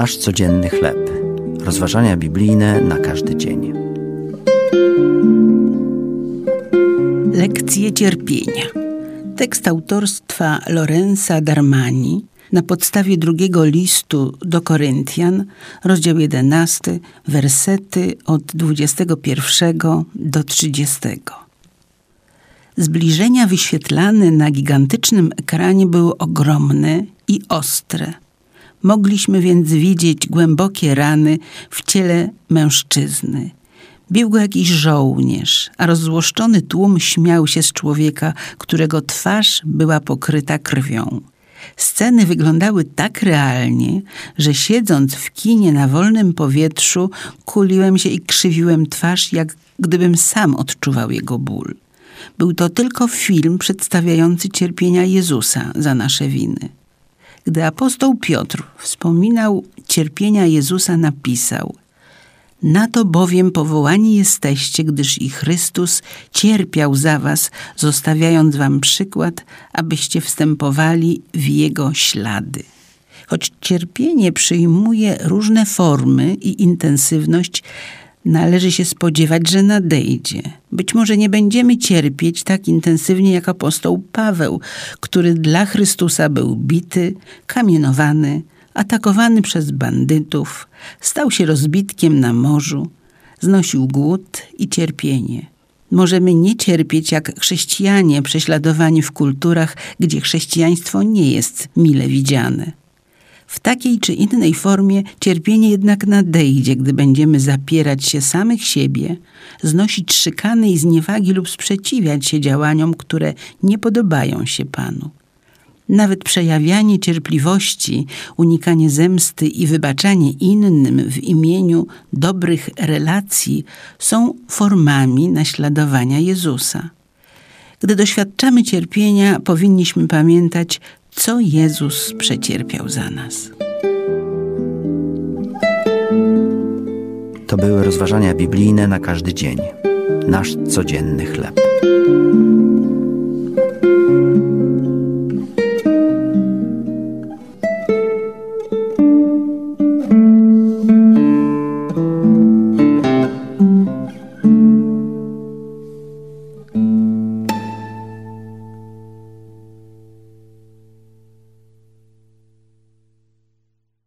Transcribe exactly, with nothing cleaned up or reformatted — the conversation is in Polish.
Nasz codzienny chleb. Rozważania biblijne na każdy dzień. Lekcje cierpienia. Tekst autorstwa Lorenza Darmani na podstawie drugiego listu do Koryntian, rozdział jedenasty, wersety od dwudziestego pierwszego do trzydziestego. Zbliżenia wyświetlane na gigantycznym ekranie były ogromne i ostre. Mogliśmy więc widzieć głębokie rany w ciele mężczyzny. Bił go jakiś żołnierz, a rozzłoszczony tłum śmiał się z człowieka, którego twarz była pokryta krwią. Sceny wyglądały tak realnie, że siedząc w kinie na wolnym powietrzu, kuliłem się i krzywiłem twarz, jak gdybym sam odczuwał jego ból. Był to tylko film przedstawiający cierpienia Jezusa za nasze winy. Gdy apostoł Piotr wspominał cierpienia Jezusa, napisał: na to bowiem powołani jesteście, gdyż i Chrystus cierpiał za was, zostawiając wam przykład, abyście wstępowali w Jego ślady. Choć cierpienie przyjmuje różne formy i intensywność, należy się spodziewać, że nadejdzie. Być może nie będziemy cierpieć tak intensywnie jak apostoł Paweł, który dla Chrystusa był bity, kamienowany, atakowany przez bandytów, stał się rozbitkiem na morzu, znosił głód i cierpienie. Możemy nie cierpieć jak chrześcijanie prześladowani w kulturach, gdzie chrześcijaństwo nie jest mile widziane. W takiej czy innej formie cierpienie jednak nadejdzie, gdy będziemy zapierać się samych siebie, znosić szykany i zniewagi lub sprzeciwiać się działaniom, które nie podobają się Panu. Nawet przejawianie cierpliwości, unikanie zemsty i wybaczanie innym w imieniu dobrych relacji są formami naśladowania Jezusa. Gdy doświadczamy cierpienia, powinniśmy pamiętać, co Jezus przecierpiał za nas. To były rozważania biblijne na każdy dzień. Nasz codzienny chleb.